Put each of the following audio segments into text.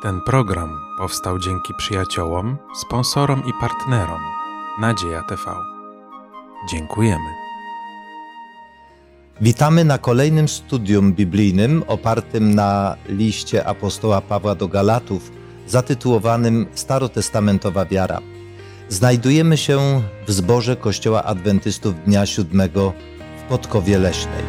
Ten program powstał dzięki przyjaciołom, sponsorom i partnerom Nadzieja TV. Dziękujemy. Witamy na kolejnym studium biblijnym opartym na liście apostoła Pawła do Galatów zatytułowanym Starotestamentowa wiara. Znajdujemy się w zborze Kościoła Adwentystów Dnia Siódmego w Podkowie Leśnej.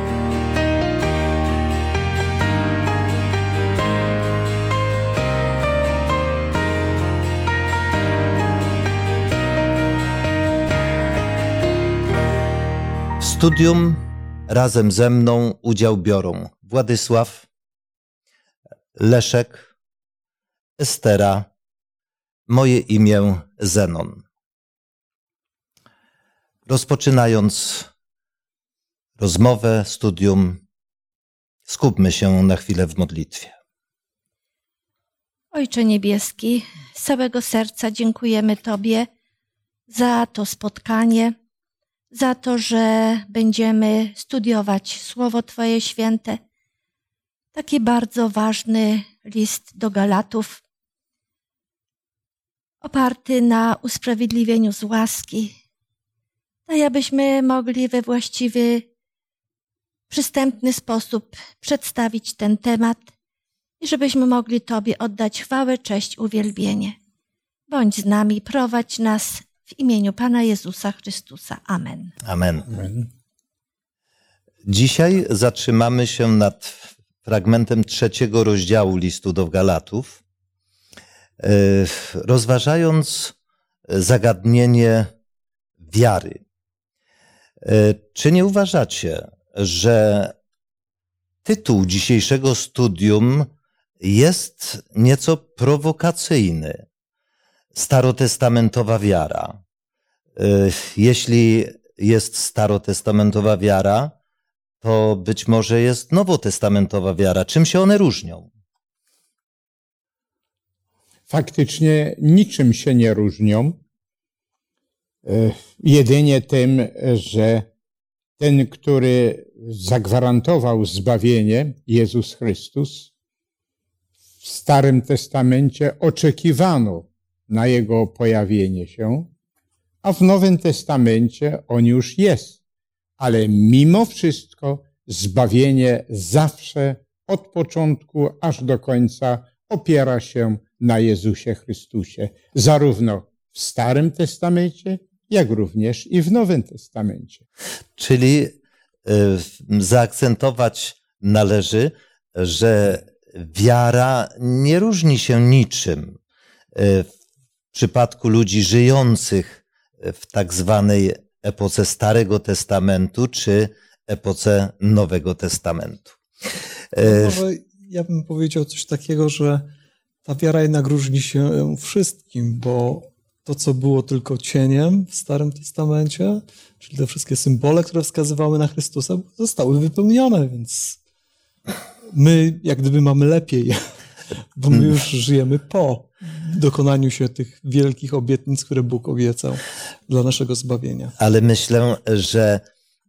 W studium razem ze mną udział biorą Władysław, Leszek, Estera, moje imię Zenon. Rozpoczynając rozmowę, studium, skupmy się na chwilę w modlitwie. Ojcze Niebieski, z całego serca dziękujemy Tobie za to spotkanie, za to, że będziemy studiować Słowo Twoje święte. Taki bardzo ważny list do Galatów, oparty na usprawiedliwieniu z łaski. Daj, abyśmy mogli we właściwy, przystępny sposób przedstawić ten temat i żebyśmy mogli Tobie oddać chwałę, cześć, uwielbienie. Bądź z nami, prowadź nas w imieniu Pana Jezusa Chrystusa. Amen. Amen. Amen. Dzisiaj zatrzymamy się nad fragmentem 3 rozdziału listu do Galatów, rozważając zagadnienie wiary. Czy nie uważacie, że tytuł dzisiejszego studium jest nieco prowokacyjny? Starotestamentowa wiara. Jeśli jest starotestamentowa wiara, to być może jest nowotestamentowa wiara. Czym się one różnią? Faktycznie niczym się nie różnią. Jedynie tym, że ten, który zagwarantował zbawienie, Jezus Chrystus, w Starym Testamencie oczekiwano na Jego pojawienie się, a w Nowym Testamencie On już jest. Ale mimo wszystko zbawienie zawsze od początku aż do końca opiera się na Jezusie Chrystusie. Zarówno w Starym Testamencie, jak również i w Nowym Testamencie. Czyli zaakcentować należy, że wiara nie różni się niczym w przypadku ludzi żyjących w tak zwanej epoce Starego Testamentu czy epoce Nowego Testamentu. Może ja bym powiedział coś takiego, że ta wiara jednak różni się wszystkim, bo to, co było tylko cieniem w Starym Testamencie, czyli te wszystkie symbole, które wskazywały na Chrystusa, zostały wypełnione, więc my jak gdyby mamy lepiej, bo my już żyjemy po dokonaniu się tych wielkich obietnic, które Bóg obiecał dla naszego zbawienia. Ale myślę, że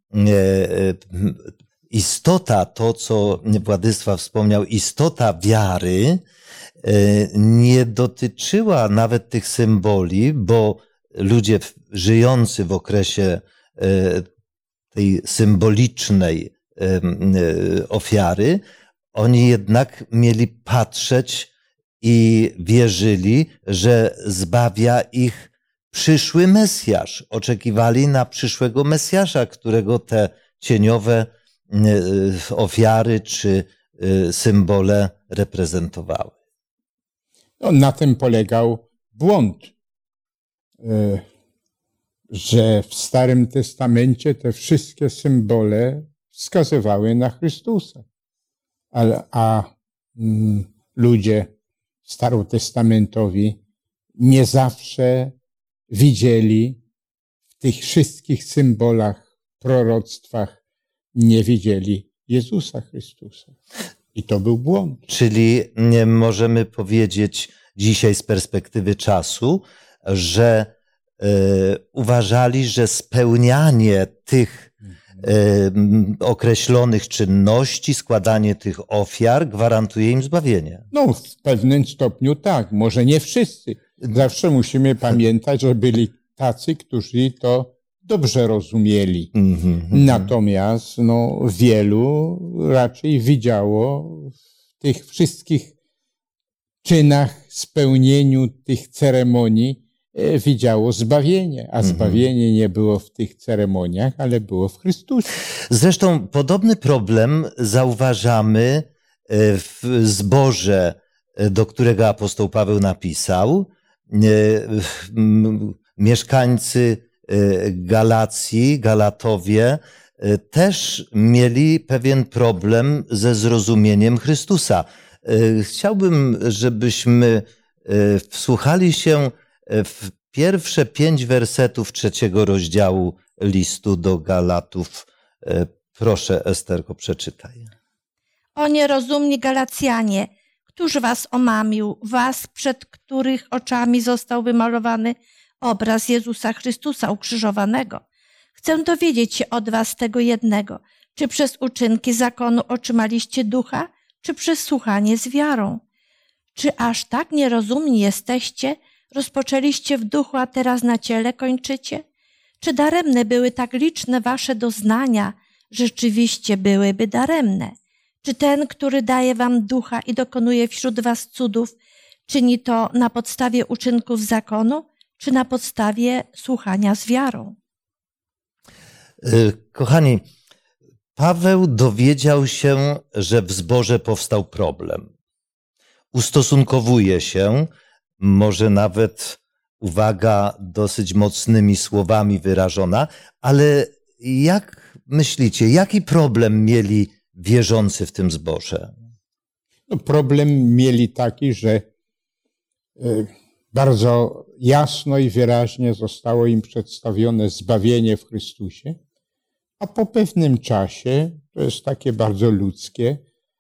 istota, to co Władysław wspomniał, istota wiary nie dotyczyła nawet tych symboli, bo ludzie żyjący w okresie tej symbolicznej ofiary, oni jednak mieli patrzeć i wierzyli, że zbawia ich przyszły Mesjasz. Oczekiwali na przyszłego Mesjasza, którego te cieniowe ofiary czy symbole reprezentowały. No, na tym polegał błąd, że w Starym Testamencie te wszystkie symbole wskazywały na Chrystusa, a ludzie starotestamentowi nie zawsze widzieli w tych wszystkich symbolach, proroctwach, nie widzieli Jezusa Chrystusa. I to był błąd. Czyli nie możemy powiedzieć dzisiaj z perspektywy czasu, że uważali, że spełnianie tych określonych czynności, składanie tych ofiar gwarantuje im zbawienie. No, w pewnym stopniu tak, może nie wszyscy. Zawsze musimy pamiętać, że byli tacy, którzy to dobrze rozumieli. Natomiast no, wielu raczej widziało w tych wszystkich czynach, spełnieniu tych ceremonii, widziało zbawienie, a zbawienie nie było w tych ceremoniach, ale było w Chrystusie. Zresztą podobny problem zauważamy w zborze, do którego apostoł Paweł napisał. Mieszkańcy Galacji, Galatowie też mieli pewien problem ze zrozumieniem Chrystusa. Chciałbym, żebyśmy wsłuchali się w pierwsze 5 wersetów 3 rozdziału listu do Galatów. Proszę, Esterko, przeczytaj. O nierozumni Galacjanie, któż was omamił, was, przed których oczami został wymalowany obraz Jezusa Chrystusa ukrzyżowanego. Chcę dowiedzieć się od was tego jednego, czy przez uczynki zakonu otrzymaliście ducha, czy przez słuchanie z wiarą? Czy aż tak nierozumni jesteście, rozpoczęliście w duchu, a teraz na ciele kończycie? Czy daremne były tak liczne wasze doznania, rzeczywiście byłyby daremne? Czy ten, który daje wam ducha i dokonuje wśród was cudów, czyni to na podstawie uczynków zakonu, czy na podstawie słuchania z wiarą? Kochani, Paweł dowiedział się, że w zborze powstał problem. Ustosunkowuje się, może nawet, uwaga, dosyć mocnymi słowami wyrażona, ale jak myślicie, jaki problem mieli wierzący w tym zborze? No, problem mieli taki, że bardzo jasno i wyraźnie zostało im przedstawione zbawienie w Chrystusie, a po pewnym czasie, to jest takie bardzo ludzkie,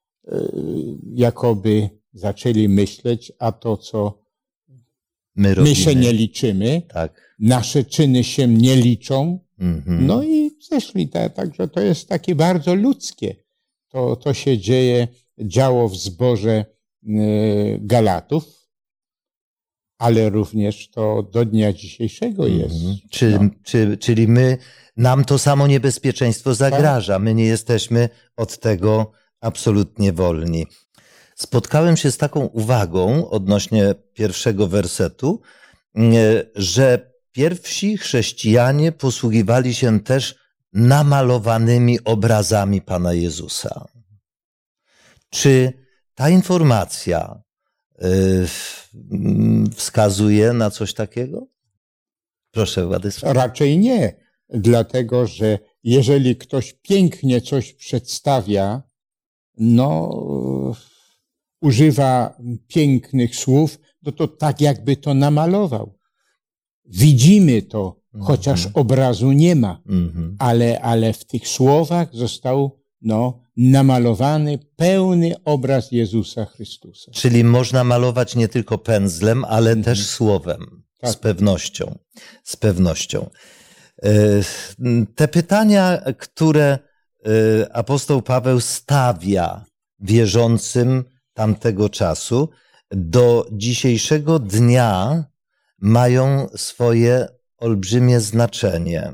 jakoby zaczęli myśleć, a to, co my się nie liczymy, tak. Nasze czyny się nie liczą, no i zeszli. Także to jest takie bardzo ludzkie. To się działo w zborze Galatów, ale również to do dnia dzisiejszego jest. Czyli nam to samo niebezpieczeństwo zagraża. My nie jesteśmy od tego absolutnie wolni. Spotkałem się z taką uwagą odnośnie pierwszego wersetu, że pierwsi chrześcijanie posługiwali się też namalowanymi obrazami Pana Jezusa. Czy ta informacja wskazuje na coś takiego? Proszę, Władysław. Raczej nie, dlatego że jeżeli ktoś pięknie coś przedstawia, no używa pięknych słów, no to tak jakby to namalował. Widzimy to, chociaż obrazu nie ma, ale w tych słowach został namalowany pełny obraz Jezusa Chrystusa. Czyli można malować nie tylko pędzlem, ale też słowem. Tak. Z pewnością. Te pytania, które apostoł Paweł stawia wierzącym tamtego czasu, do dzisiejszego dnia mają swoje olbrzymie znaczenie.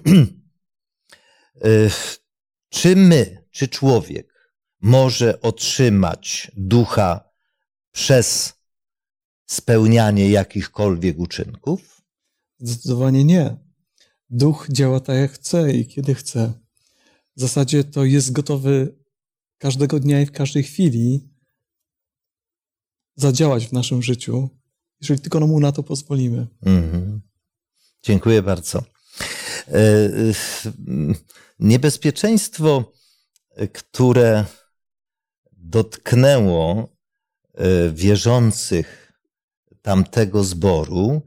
Czy człowiek może otrzymać ducha przez spełnianie jakichkolwiek uczynków? Zdecydowanie nie. Duch działa tak, jak chce i kiedy chce. W zasadzie to jest gotowy każdego dnia i w każdej chwili zadziałać w naszym życiu, jeżeli tylko mu na to pozwolimy. Dziękuję bardzo. Niebezpieczeństwo, które dotknęło wierzących tamtego zboru,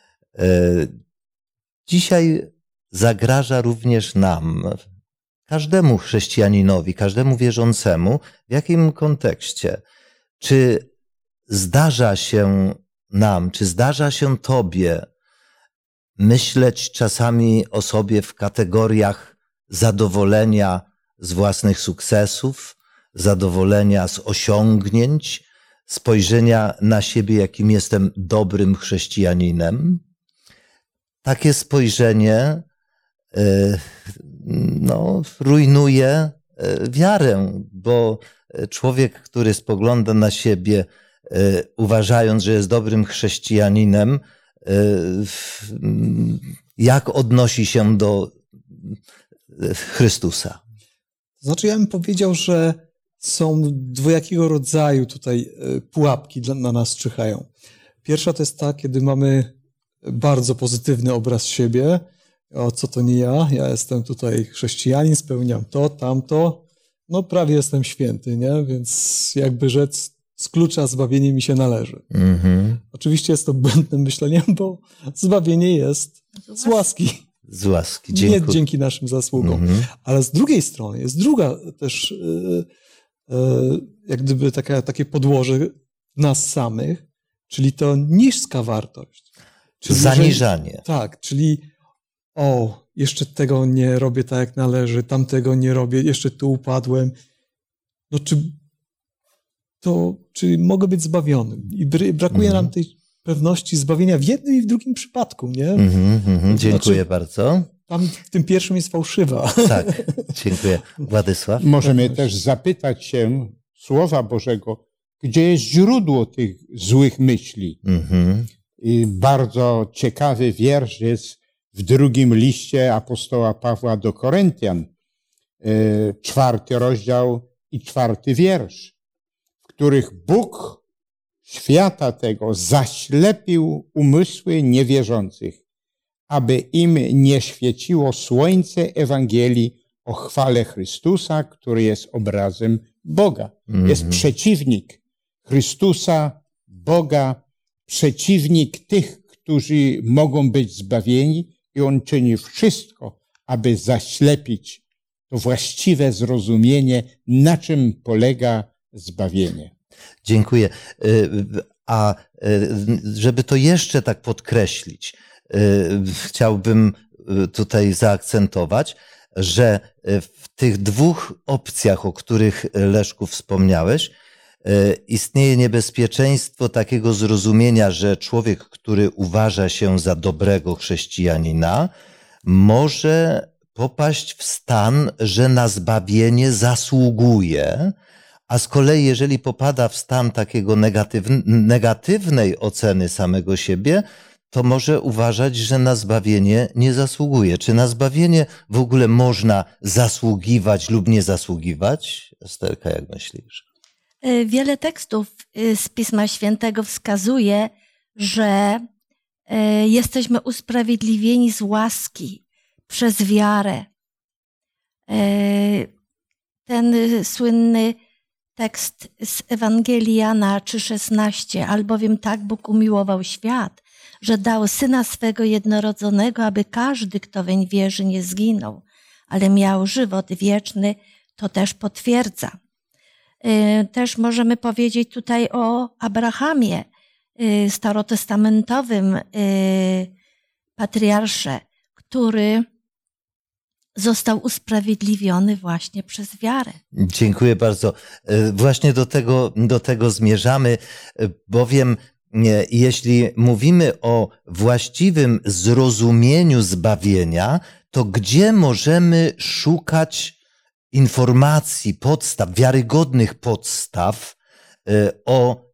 dzisiaj zagraża również nam, każdemu chrześcijaninowi, każdemu wierzącemu. W jakim kontekście? Czy zdarza się nam, czy zdarza się tobie myśleć czasami o sobie w kategoriach zadowolenia z własnych sukcesów, zadowolenia z osiągnięć, spojrzenia na siebie, jakim jestem dobrym chrześcijaninem. Takie spojrzenie rujnuje wiarę, bo człowiek, który spogląda na siebie, uważając, że jest dobrym chrześcijaninem, jak odnosi się do Chrystusa? To znaczy, ja bym powiedział, że są dwojakiego rodzaju tutaj pułapki na nas czyhają. Pierwsza to jest ta, kiedy mamy bardzo pozytywny obraz siebie. O, co to nie ja jestem tutaj chrześcijanin, spełniam to, tamto, no prawie jestem święty, nie? Więc jakby rzec, z klucza zbawienie mi się należy. Mhm. Oczywiście jest to błędnym myśleniem, bo zbawienie jest z łaski. Z łaski, dziękuję. Nie dzięki naszym zasługom. Ale z drugiej strony jest druga też jak gdyby takie podłoże nas samych, czyli to niska wartość. Czyli zaniżanie. Tak, czyli jeszcze tego nie robię tak jak należy, tamtego nie robię, jeszcze tu upadłem. No czy mogę być zbawionym? I brakuje nam tej pewności zbawienia w jednym i w drugim przypadku, nie? Dziękuję bardzo. Tam w tym pierwszym jest fałszywa. Tak, dziękuję. Władysław? Możemy też zapytać się Słowa Bożego, gdzie jest źródło tych złych myśli. I bardzo ciekawy wiersz jest w drugim liście apostoła Pawła do Koryntian, 4 rozdział i 4 wiersz, w których Bóg świata tego zaślepił umysły niewierzących, aby im nie świeciło słońce Ewangelii o chwale Chrystusa, który jest obrazem Boga. Jest przeciwnik Chrystusa, Boga, przeciwnik tych, którzy mogą być zbawieni, i on czyni wszystko, aby zaślepić to właściwe zrozumienie, na czym polega zbawienie. Dziękuję. A żeby to jeszcze tak podkreślić, chciałbym tutaj zaakcentować, że w tych dwóch opcjach, o których, Leszku, wspomniałeś, istnieje niebezpieczeństwo takiego zrozumienia, że człowiek, który uważa się za dobrego chrześcijanina, może popaść w stan, że na zbawienie zasługuje, a z kolei jeżeli popada w stan takiego negatywnej oceny samego siebie, to może uważać, że na zbawienie nie zasługuje. Czy na zbawienie w ogóle można zasługiwać lub nie zasługiwać? Esterka, jak myślisz? Wiele tekstów z Pisma Świętego wskazuje, że jesteśmy usprawiedliwieni z łaski przez wiarę. Ten słynny tekst z Ewangelii Jana 3,16, albowiem tak Bóg umiłował świat, że dał Syna swego jednorodzonego, aby każdy, kto weń wierzy, nie zginął, ale miał żywot wieczny, to też potwierdza. Też możemy powiedzieć tutaj o Abrahamie, starotestamentowym patriarsze, który został usprawiedliwiony właśnie przez wiarę. Dziękuję bardzo. Właśnie do tego zmierzamy, bowiem jeśli mówimy o właściwym zrozumieniu zbawienia, to gdzie możemy szukać informacji, podstaw, wiarygodnych podstaw o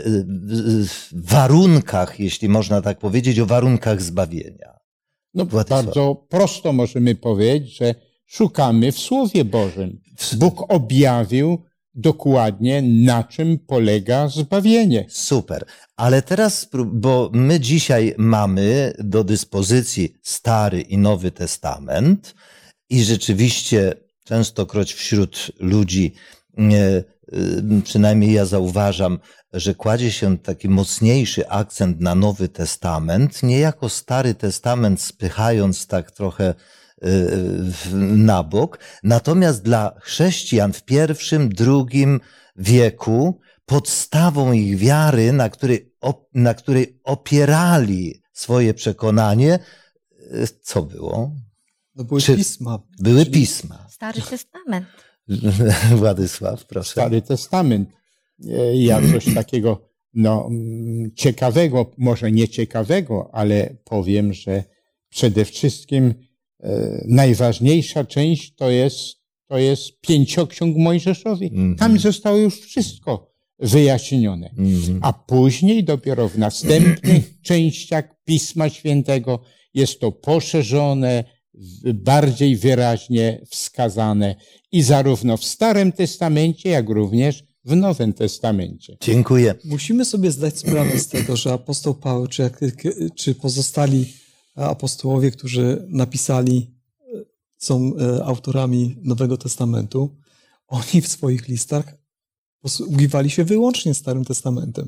warunkach, jeśli można tak powiedzieć, o warunkach zbawienia? No, bardzo prosto możemy powiedzieć, że szukamy w Słowie Bożym. Bóg objawił dokładnie, na czym polega zbawienie. Super. Ale teraz, bo my dzisiaj mamy do dyspozycji Stary i Nowy Testament i rzeczywiście częstokroć wśród ludzi, przynajmniej ja zauważam, że kładzie się taki mocniejszy akcent na Nowy Testament, niejako Stary Testament spychając tak trochę na bok. Natomiast dla chrześcijan w I, II wieku podstawą ich wiary, na której opierali swoje przekonanie, co było? No były Czy pisma. były Czyli pisma? Stary Testament. Władysław, proszę. Stary Testament. Ja coś takiego ciekawego, może nie ciekawego, ale powiem, że przede wszystkim najważniejsza część to jest Pięcioksiąg Mojżeszowi. Tam zostało już wszystko wyjaśnione. A później dopiero w następnych częściach Pisma Świętego jest to poszerzone, bardziej wyraźnie wskazane i zarówno w Starym Testamencie, jak również w Nowym Testamencie. Dziękuję. Musimy sobie zdać sprawę z tego, że apostoł Paweł, czy pozostali apostołowie, którzy napisali, są autorami Nowego Testamentu, oni w swoich listach posługiwali się wyłącznie Starym Testamentem.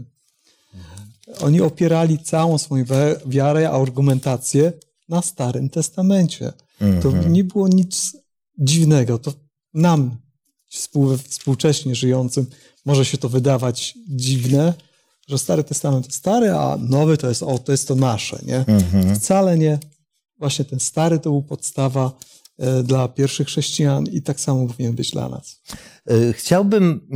Oni opierali całą swoją wiarę, argumentację na Starym Testamencie. To nie było nic dziwnego. To nam, współcześnie żyjącym, może się to wydawać dziwne, że Stary Testament to stary, a Nowy to jest to nasze. Nie? Wcale nie. Właśnie ten Stary to był podstawa dla pierwszych chrześcijan i tak samo powinien być dla nas. Chciałbym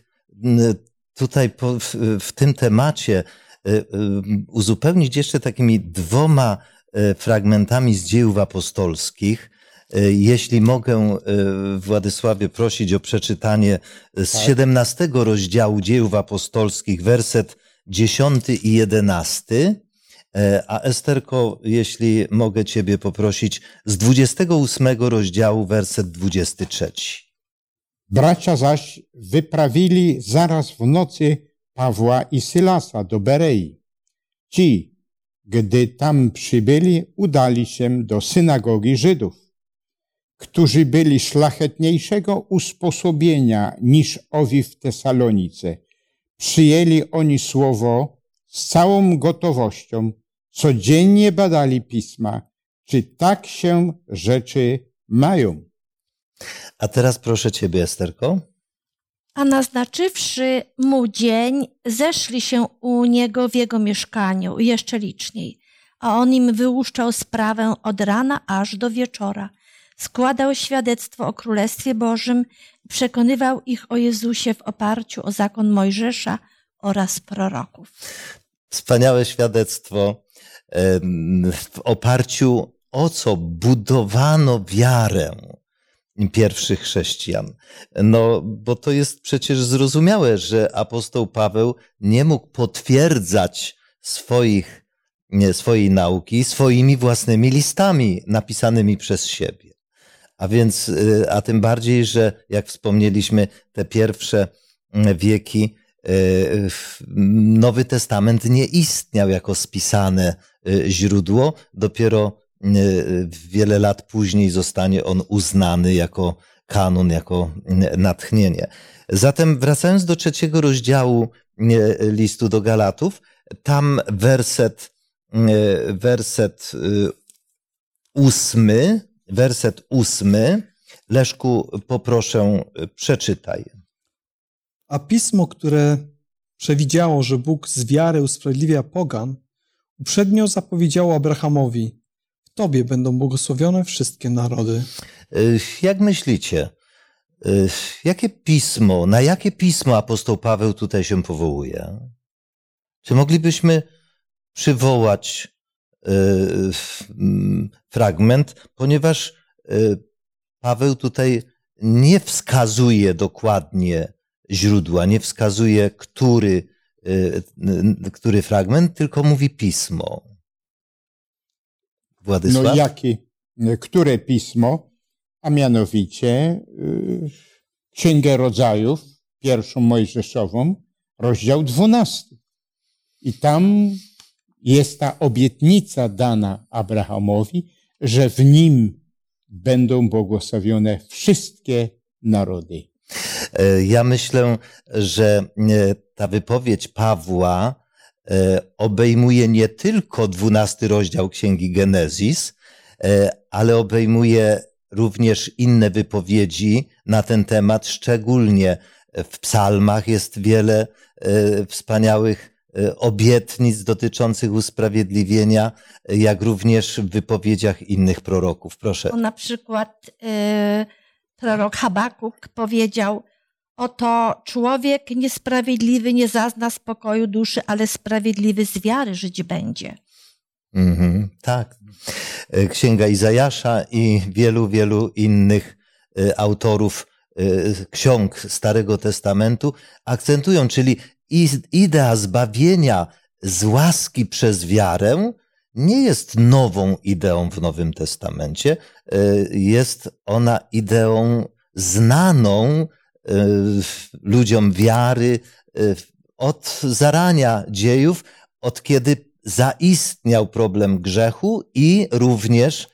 tutaj w tym temacie uzupełnić jeszcze takimi 2 fragmentami z Dziejów Apostolskich. Jeśli mogę, Władysławie, prosić o przeczytanie z 17 rozdziału Dziejów Apostolskich, werset 10 i 11, a Esterko, jeśli mogę Ciebie poprosić, z 28 rozdziału, werset 23. Bracia zaś wyprawili zaraz w nocy Pawła i Sylasa do Berei. Ci, gdy tam przybyli, udali się do synagogi Żydów, którzy byli szlachetniejszego usposobienia niż owi w Tesalonice. Przyjęli oni słowo z całą gotowością, codziennie badali pisma, czy tak się rzeczy mają. A teraz proszę Ciebie, Esterko. A naznaczywszy mu dzień, zeszli się u niego w jego mieszkaniu jeszcze liczniej, a on im wyłuszczał sprawę od rana aż do wieczora. Składał świadectwo o Królestwie Bożym i przekonywał ich o Jezusie w oparciu o zakon Mojżesza oraz proroków. Wspaniałe świadectwo, w oparciu o co budowano wiarę pierwszych chrześcijan. No, bo to jest przecież zrozumiałe, że apostoł Paweł nie mógł potwierdzać swojej nauki swoimi własnymi listami napisanymi przez siebie. A tym bardziej, że jak wspomnieliśmy, te pierwsze wieki Nowy Testament nie istniał jako spisane źródło. Dopiero wiele lat później zostanie on uznany jako kanon, jako natchnienie. Zatem wracając do 3 rozdziału listu do Galatów, tam werset 8. Leszku, poproszę, przeczytaj. A pismo, które przewidziało, że Bóg z wiary usprawiedliwia pogan, uprzednio zapowiedziało Abrahamowi: w Tobie będą błogosławione wszystkie narody. Jak myślicie, na jakie pismo apostoł Paweł tutaj się powołuje? Czy moglibyśmy przywołać fragment, ponieważ Paweł tutaj nie wskazuje dokładnie źródła, nie wskazuje, który fragment, tylko mówi pismo. Władysław? Które pismo? A mianowicie Księgę Rodzajów, 1 Mojżeszową, rozdział 12. I tam jest ta obietnica dana Abrahamowi, że w nim będą błogosławione wszystkie narody. Ja myślę, że ta wypowiedź Pawła obejmuje nie tylko 12 rozdział Księgi Genezis, ale obejmuje również inne wypowiedzi na ten temat, szczególnie w psalmach jest wiele wspaniałych obietnic dotyczących usprawiedliwienia, jak również w wypowiedziach innych proroków. Proszę. Na przykład prorok Habakuk powiedział: oto człowiek niesprawiedliwy nie zazna spokoju duszy, ale sprawiedliwy z wiary żyć będzie. Tak. Księga Izajasza i wielu innych autorów ksiąg Starego Testamentu akcentują, czyli idea zbawienia z łaski przez wiarę nie jest nową ideą w Nowym Testamencie. Jest ona ideą znaną ludziom wiary od zarania dziejów, od kiedy zaistniał problem grzechu i również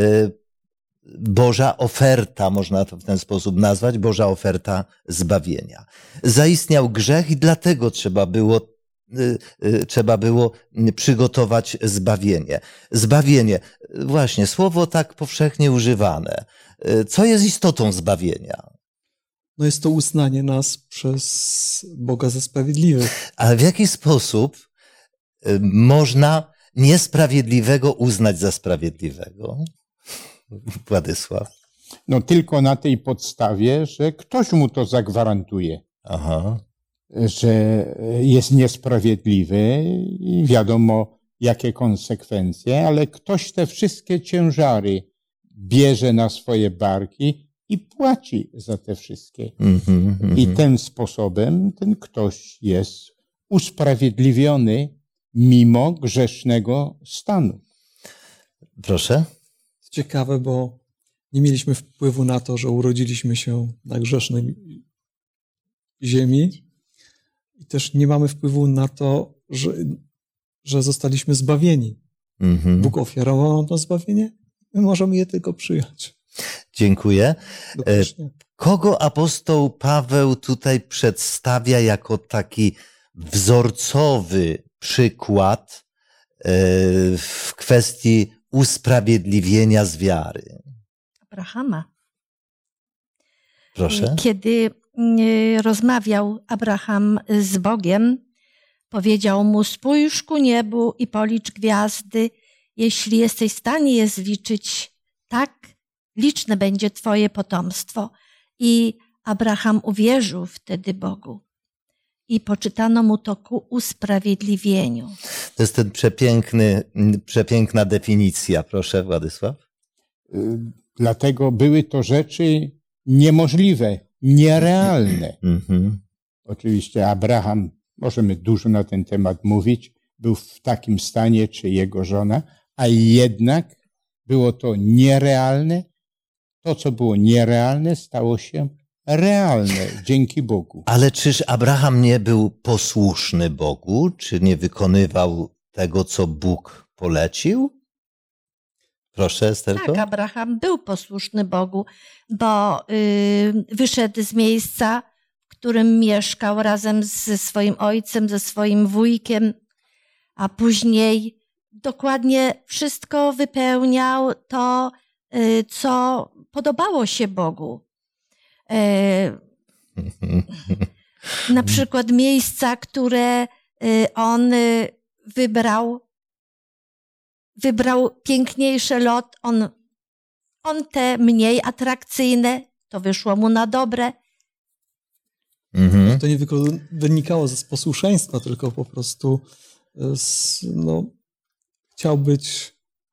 Boża oferta, można to w ten sposób nazwać, Boża oferta zbawienia. Zaistniał grzech i dlatego trzeba było przygotować zbawienie. Zbawienie, właśnie, słowo tak powszechnie używane. Co jest istotą zbawienia? No jest to uznanie nas przez Boga za sprawiedliwych. Ale w jaki sposób można niesprawiedliwego uznać za sprawiedliwego? Władysław. No tylko na tej podstawie, że ktoś mu to zagwarantuje. Aha. Że jest niesprawiedliwy i wiadomo jakie konsekwencje, ale ktoś te wszystkie ciężary bierze na swoje barki i płaci za te wszystkie. I tym sposobem ten ktoś jest usprawiedliwiony mimo grzesznego stanu. Proszę. Ciekawe, bo nie mieliśmy wpływu na to, że urodziliśmy się na grzesznej ziemi i też nie mamy wpływu na to, że zostaliśmy zbawieni. Bóg ofiarował nam to zbawienie, my możemy je tylko przyjąć. Dziękuję. Dokładnie. Kogo apostoł Paweł tutaj przedstawia jako taki wzorcowy przykład w kwestii usprawiedliwienia z wiary? Abrahama. Proszę. Kiedy rozmawiał Abraham z Bogiem, powiedział mu: spójrz ku niebu i policz gwiazdy. Jeśli jesteś w stanie je zliczyć, tak liczne będzie twoje potomstwo. I Abraham uwierzył wtedy Bogu. I poczytano mu to ku usprawiedliwieniu. To jest ten przepiękna definicja. Proszę, Władysław. Dlatego były to rzeczy niemożliwe, nierealne. Oczywiście Abraham, możemy dużo na ten temat mówić, był w takim stanie, czy jego żona, a jednak było to nierealne. To, co było nierealne, stało się realne dzięki Bogu. Ale czyż Abraham nie był posłuszny Bogu? Czy nie wykonywał tego, co Bóg polecił? Proszę, Esterko. Tak, Abraham był posłuszny Bogu, bo wyszedł z miejsca, w którym mieszkał razem ze swoim ojcem, ze swoim wujkiem, a później dokładnie wszystko wypełniał to, co podobało się Bogu. Na przykład miejsca, które on wybrał piękniejszy lot, on te mniej atrakcyjne, to wyszło mu na dobre. To nie wynikało z posłuszeństwa, tylko po prostu chciał być,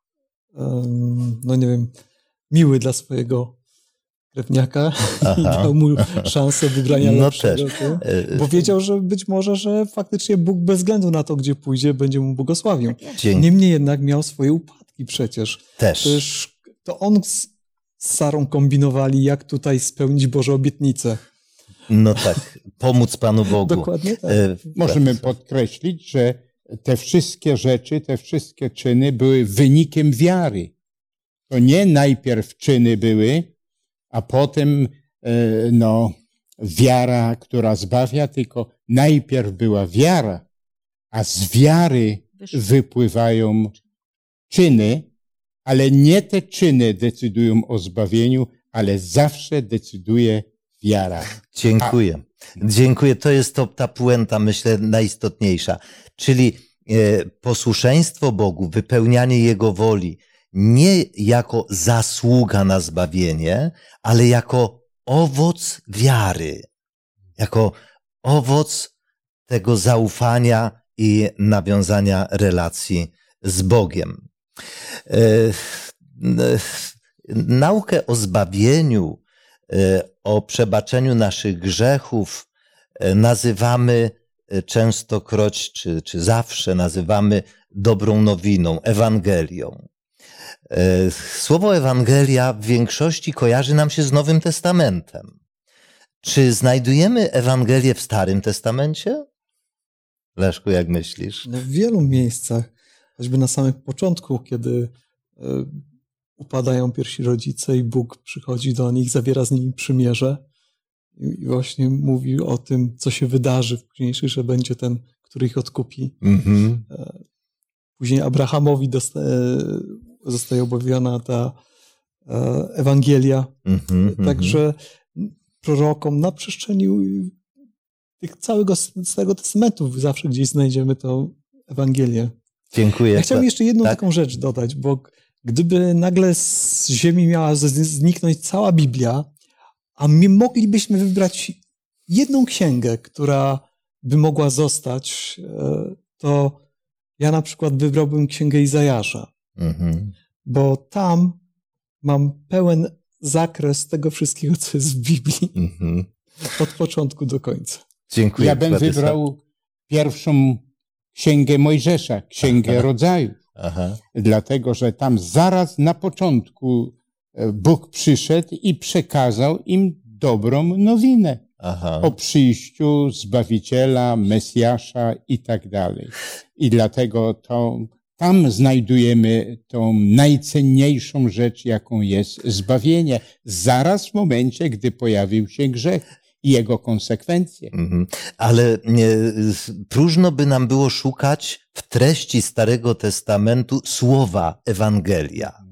miły dla swojego krewniaka i dał mu szansę wybrania lepszego. Bo wiedział, że być może, że faktycznie Bóg bez względu na to, gdzie pójdzie, będzie mu błogosławił. Niemniej jednak miał swoje upadki przecież. Też to on z Sarą kombinowali, jak tutaj spełnić Boże obietnice. No tak, pomóc Panu Bogu. Dokładnie tak. Możemy podkreślić, że te wszystkie rzeczy, te wszystkie czyny były wynikiem wiary. To nie najpierw czyny były, a potem wiara, która zbawia, tylko najpierw była wiara, a z wiary wypływają czyny, ale nie te czyny decydują o zbawieniu, ale zawsze decyduje wiara. Dziękuję. Dziękuję. To jest ta puenta, myślę, najistotniejsza. Czyli posłuszeństwo Bogu, wypełnianie Jego woli nie jako zasługa na zbawienie, ale jako owoc wiary, jako owoc tego zaufania i nawiązania relacji z Bogiem. Naukę o zbawieniu, o przebaczeniu naszych grzechów nazywamy częstokroć, czy zawsze nazywamy dobrą nowiną, Ewangelią. Słowo Ewangelia w większości kojarzy nam się z Nowym Testamentem. Czy znajdujemy Ewangelię w Starym Testamencie? Leszku, jak myślisz? No w wielu miejscach, choćby na samym początku, kiedy upadają pierwsi rodzice i Bóg przychodzi do nich, zawiera z nimi przymierze i właśnie mówi o tym, co się wydarzy w późniejszych, że będzie ten, który ich odkupi. Mm-hmm. Później Abrahamowi zostaje objawiona ta Ewangelia. Mm-hmm. Także prorokom na przestrzeni tych całego Starego Testamentu zawsze gdzieś znajdziemy tą Ewangelię. Dziękuję. Ja chciałbym jeszcze jedną taką rzecz dodać, bo gdyby nagle z ziemi miała zniknąć cała Biblia, a my moglibyśmy wybrać jedną księgę, która by mogła zostać, to ja na przykład wybrałbym księgę Izajasza, bo tam mam pełen zakres tego wszystkiego, co jest w Biblii, od początku do końca. Dziękuję. Ja bym wybrał pierwszą księgę Mojżesza, księgę Rodzaju. Aha. Dlatego, że tam zaraz na początku Bóg przyszedł i przekazał im dobrą nowinę o przyjściu Zbawiciela, Mesjasza i tak dalej. I dlatego tam znajdujemy tą najcenniejszą rzecz, jaką jest zbawienie. Zaraz w momencie, gdy pojawił się grzech i jego konsekwencje. Ale próżno by nam było szukać w treści Starego Testamentu słowa Ewangelia.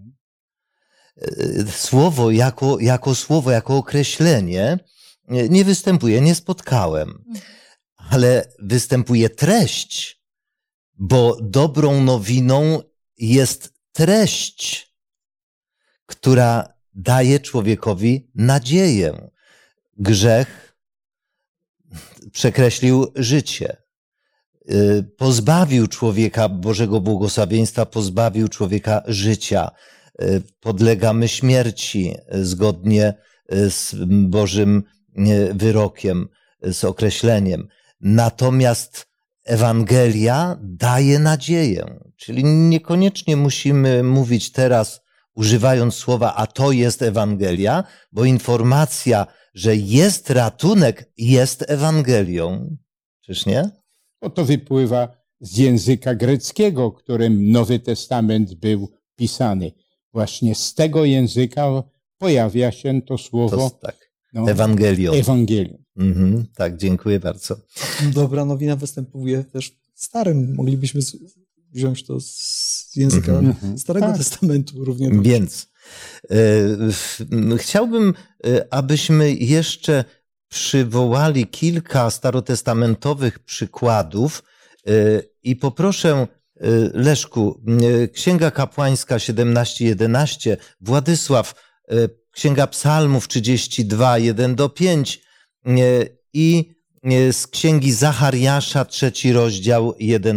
Słowo jako słowo, jako określenie nie występuje, nie spotkałem. Ale występuje treść, bo dobrą nowiną jest treść, która daje człowiekowi nadzieję. Grzech przekreślił życie, pozbawił człowieka Bożego błogosławieństwa, pozbawił człowieka życia. Podlegamy śmierci zgodnie z Bożym wyrokiem, z określeniem. Natomiast Ewangelia daje nadzieję, czyli niekoniecznie musimy mówić teraz, używając słowa, a to jest Ewangelia, bo informacja, że jest ratunek, jest Ewangelią. Czyż nie? To wypływa z języka greckiego, którym Nowy Testament był pisany. Właśnie z tego języka pojawia się to słowo Ewangelią. Tak, dziękuję bardzo. Dobra nowina występuje też w Starym. Moglibyśmy wziąć to z języka Starego Testamentu równie dobrze. Więc chciałbym, abyśmy jeszcze przywołali kilka starotestamentowych przykładów i poproszę, Leszku, Księga Kapłańska 17:11, Władysław, Księga Psalmów 32, 1-5 i z Księgi Zachariasza 3 rozdział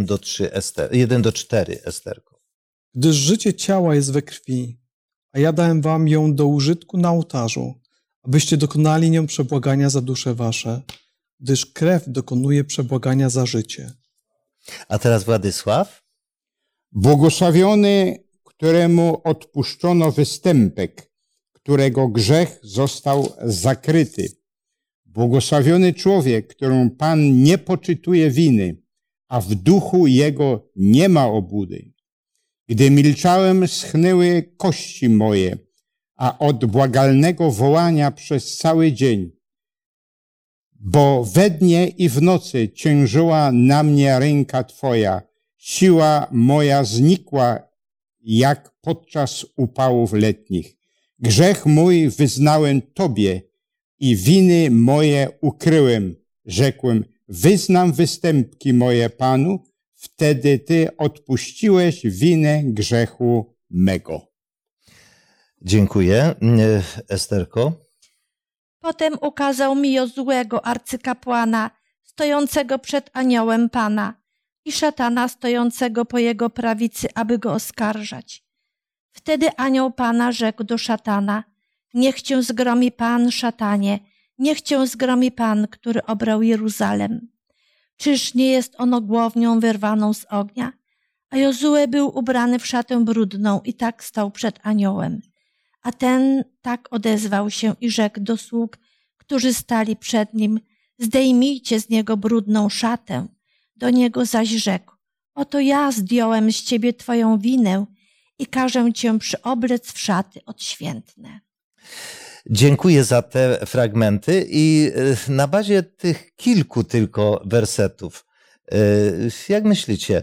1-4, Esterko. Gdyż życie ciała jest we krwi, a ja dałem wam ją do użytku na ołtarzu, abyście dokonali nią przebłagania za dusze wasze, gdyż krew dokonuje przebłagania za życie. A teraz Władysław. Błogosławiony, któremu odpuszczono występek, którego grzech został zakryty. Błogosławiony człowiek, którą Pan nie poczytuje winy, a w duchu jego nie ma obłudy. Gdy milczałem, schnęły kości moje, a od błagalnego wołania przez cały dzień. Bo we dnie i w nocy ciężyła na mnie ręka Twoja, siła moja znikła jak podczas upałów letnich. Grzech mój wyznałem Tobie, i winy moje ukryłem. Rzekłem, wyznam występki moje Panu, wtedy Ty odpuściłeś winę grzechu mego. Dziękuję. Esterko? Potem ukazał mi Jozuego, arcykapłana, stojącego przed aniołem Pana i szatana stojącego po jego prawicy, aby go oskarżać. Wtedy anioł Pana rzekł do szatana, niech cię zgromi Pan, szatanie, niech cię zgromi Pan, który obrał Jeruzalem. Czyż nie jest ono głownią wyrwaną z ognia? A Jozue był ubrany w szatę brudną i tak stał przed aniołem. A ten tak odezwał się i rzekł do sług, którzy stali przed nim, zdejmijcie z niego brudną szatę. Do niego zaś rzekł, oto ja zdjąłem z ciebie twoją winę i każę cię przyoblec w szaty odświętne. Dziękuję za te fragmenty i na bazie tych kilku tylko wersetów, jak myślicie,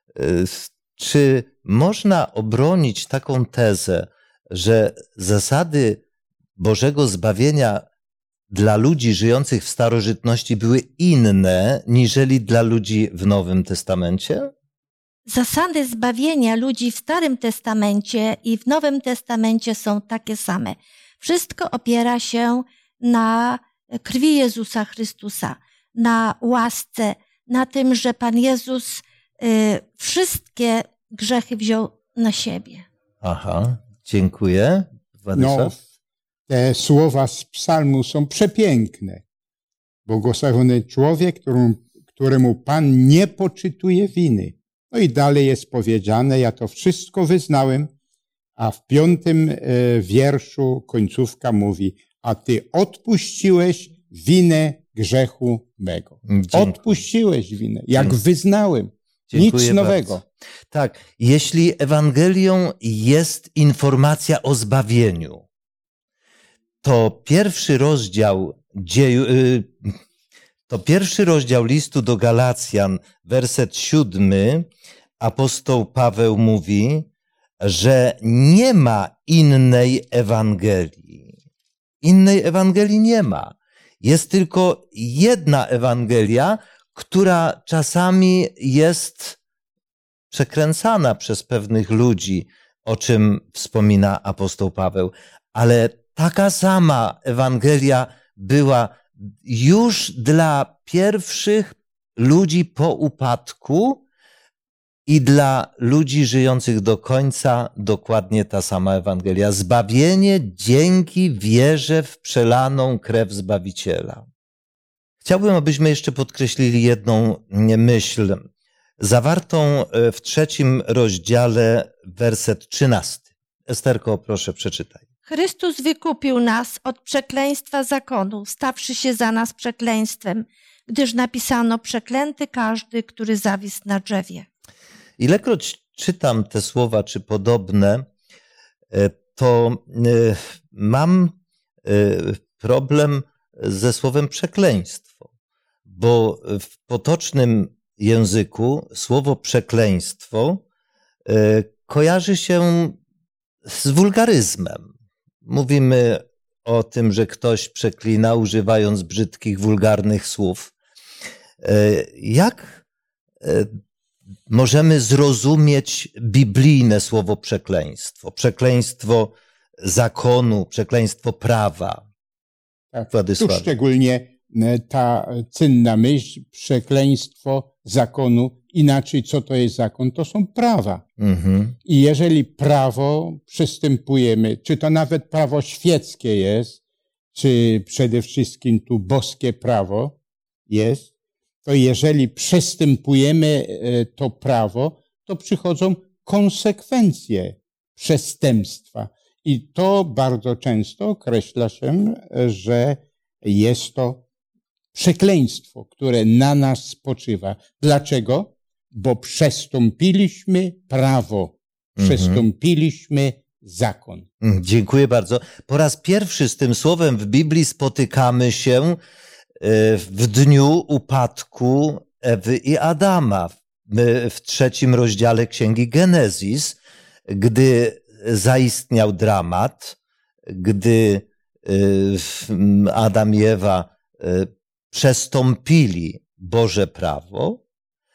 czy można obronić taką tezę, że zasady Bożego zbawienia dla ludzi żyjących w starożytności były inne niżeli dla ludzi w Nowym Testamencie? Zasady zbawienia ludzi w Starym Testamencie i w Nowym Testamencie są takie same. Wszystko opiera się na krwi Jezusa Chrystusa, na łasce, na tym, że Pan Jezus wszystkie grzechy wziął na siebie. Aha, dziękuję. Władysław? Te słowa z psalmu są przepiękne. Błogosławiony człowiek, któremu Pan nie poczytuje winy. No i dalej jest powiedziane, ja to wszystko wyznałem, a w 5. wierszu końcówka mówi, a Ty odpuściłeś winę grzechu mego. Odpuściłeś winę, jak wyznałem. Dziękuję Nic nowego. Bardzo. Tak, jeśli Ewangelią jest informacja o zbawieniu, to pierwszy rozdział listu do Galacjan, werset 7, apostoł Paweł mówi, że nie ma innej Ewangelii. Innej Ewangelii nie ma. Jest tylko jedna Ewangelia, która czasami jest przekręcana przez pewnych ludzi, o czym wspomina apostoł Paweł. Ale taka sama Ewangelia była już dla pierwszych ludzi po upadku i dla ludzi żyjących do końca dokładnie ta sama Ewangelia. Zbawienie dzięki wierze w przelaną krew Zbawiciela. Chciałbym, abyśmy jeszcze podkreślili jedną myśl, zawartą w 3. rozdziale, werset 13. Esterko, proszę, przeczytaj. Chrystus wykupił nas od przekleństwa zakonu, stawszy się za nas przekleństwem, gdyż napisano, przeklęty każdy, który zawisł na drzewie. Ilekroć czytam te słowa, czy podobne, to mam problem ze słowem przekleństwo, bo w potocznym języku słowo przekleństwo kojarzy się z wulgaryzmem. Mówimy o tym, że ktoś przeklina, używając brzydkich, wulgarnych słów. Jak możemy zrozumieć biblijne słowo przekleństwo? Przekleństwo zakonu, przekleństwo prawa. Tak, Władysław. tu szczególnie ta cynna myśl, przekleństwo zakonu. Inaczej, co to jest zakon? To są prawa. Mhm. I jeżeli prawo przystępujemy, czy to nawet prawo świeckie jest, czy przede wszystkim tu boskie prawo jest, to jeżeli przystępujemy to prawo, to przychodzą konsekwencje przestępstwa. I to bardzo często określa się, że jest to przekleństwo, które na nas spoczywa. Dlaczego? Bo przestąpiliśmy prawo, przestąpiliśmy zakon. Dziękuję bardzo. Po raz pierwszy z tym słowem w Biblii spotykamy się w dniu upadku Ewy i Adama, w 3. rozdziale Księgi Genezis, gdy zaistniał dramat, gdy Adam i Ewa przestąpili Boże prawo,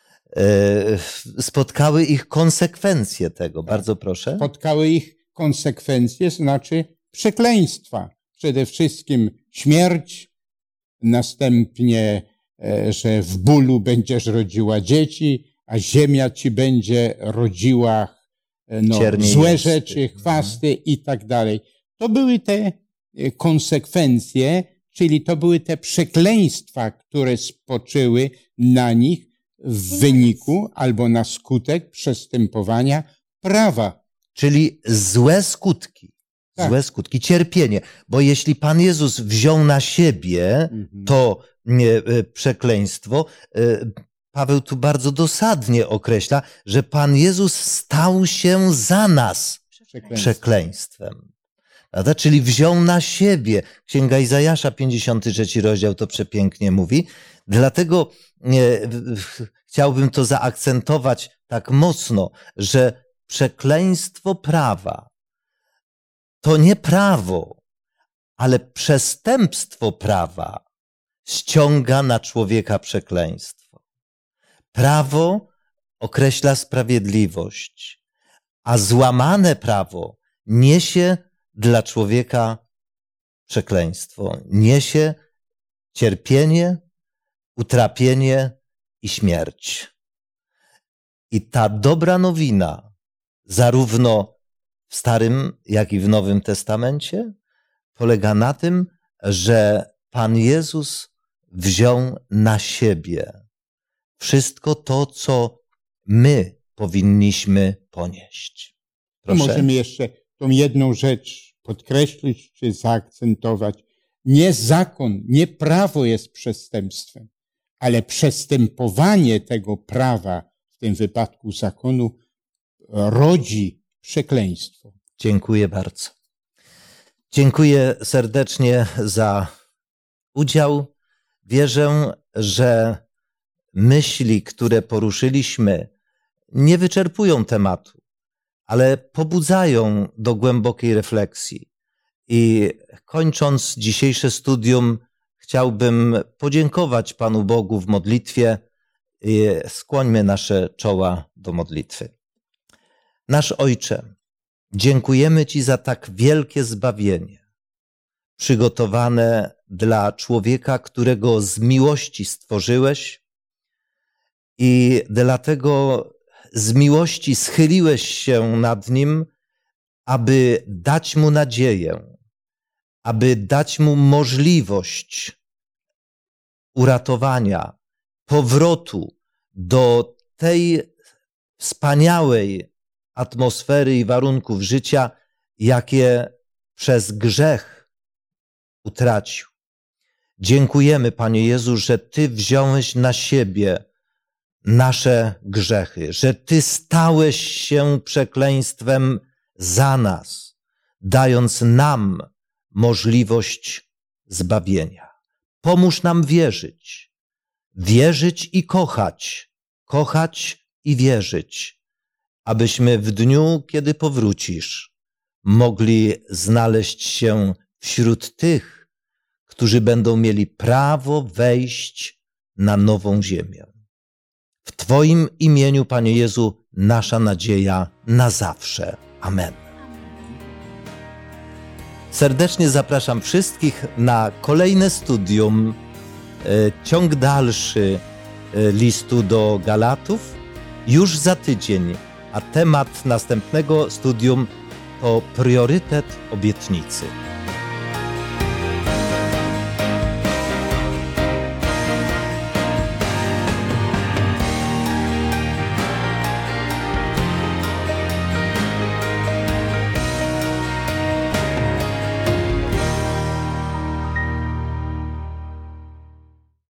spotkały ich konsekwencje tego. Bardzo proszę. Spotkały ich konsekwencje, znaczy przekleństwa. Przede wszystkim śmierć, następnie, że w bólu będziesz rodziła dzieci, a ziemia ci będzie rodziła złe rzeczy, chwasty i tak dalej. To były te konsekwencje, czyli to były te przekleństwa, które spoczyły na nich w wyniku albo na skutek przestępowania prawa. Czyli złe skutki. Tak. Złe skutki, cierpienie. Bo jeśli Pan Jezus wziął na siebie to przekleństwo, Paweł tu bardzo dosadnie określa, że Pan Jezus stał się za nas przekleństwem. Prawda? Czyli wziął na siebie. Księga Izajasza, 53 rozdział to przepięknie mówi. Dlatego chciałbym to zaakcentować tak mocno, że przekleństwo prawa to nie prawo, ale przestępstwo prawa ściąga na człowieka przekleństwo. Prawo określa sprawiedliwość, a złamane prawo niesie dla człowieka przekleństwo. Niesie cierpienie, utrapienie i śmierć. I ta dobra nowina, zarówno w Starym, jak i w Nowym Testamencie, polega na tym, że Pan Jezus wziął na siebie wszystko to, co my powinniśmy ponieść. Proszę. Możemy jeszcze tą jedną rzecz podkreślić czy zaakcentować. Nie zakon, nie prawo jest przestępstwem, ale przestępowanie tego prawa, w tym wypadku zakonu, rodzi przekleństwo. Dziękuję bardzo. Dziękuję serdecznie za udział. Wierzę, że myśli, które poruszyliśmy, nie wyczerpują tematu, ale pobudzają do głębokiej refleksji. I kończąc dzisiejsze studium, chciałbym podziękować Panu Bogu w modlitwie i skłońmy nasze czoła do modlitwy. Nasz Ojcze, dziękujemy Ci za tak wielkie zbawienie, przygotowane dla człowieka, którego z miłości stworzyłeś i dlatego z miłości schyliłeś się nad nim, aby dać mu nadzieję, aby dać mu możliwość uratowania, powrotu do tej wspaniałej atmosfery i warunków życia, jakie przez grzech utracił. Dziękujemy, Panie Jezu, że Ty wziąłeś na siebie nasze grzechy, że Ty stałeś się przekleństwem za nas, dając nam możliwość zbawienia. Pomóż nam wierzyć, wierzyć i kochać, kochać i wierzyć, abyśmy w dniu, kiedy powrócisz, mogli znaleźć się wśród tych, którzy będą mieli prawo wejść na nową ziemię. W Twoim imieniu, Panie Jezu, nasza nadzieja na zawsze. Amen. Serdecznie zapraszam wszystkich na kolejne studium, ciąg dalszy listu do Galatów już za tydzień, a temat następnego studium to priorytet obietnicy.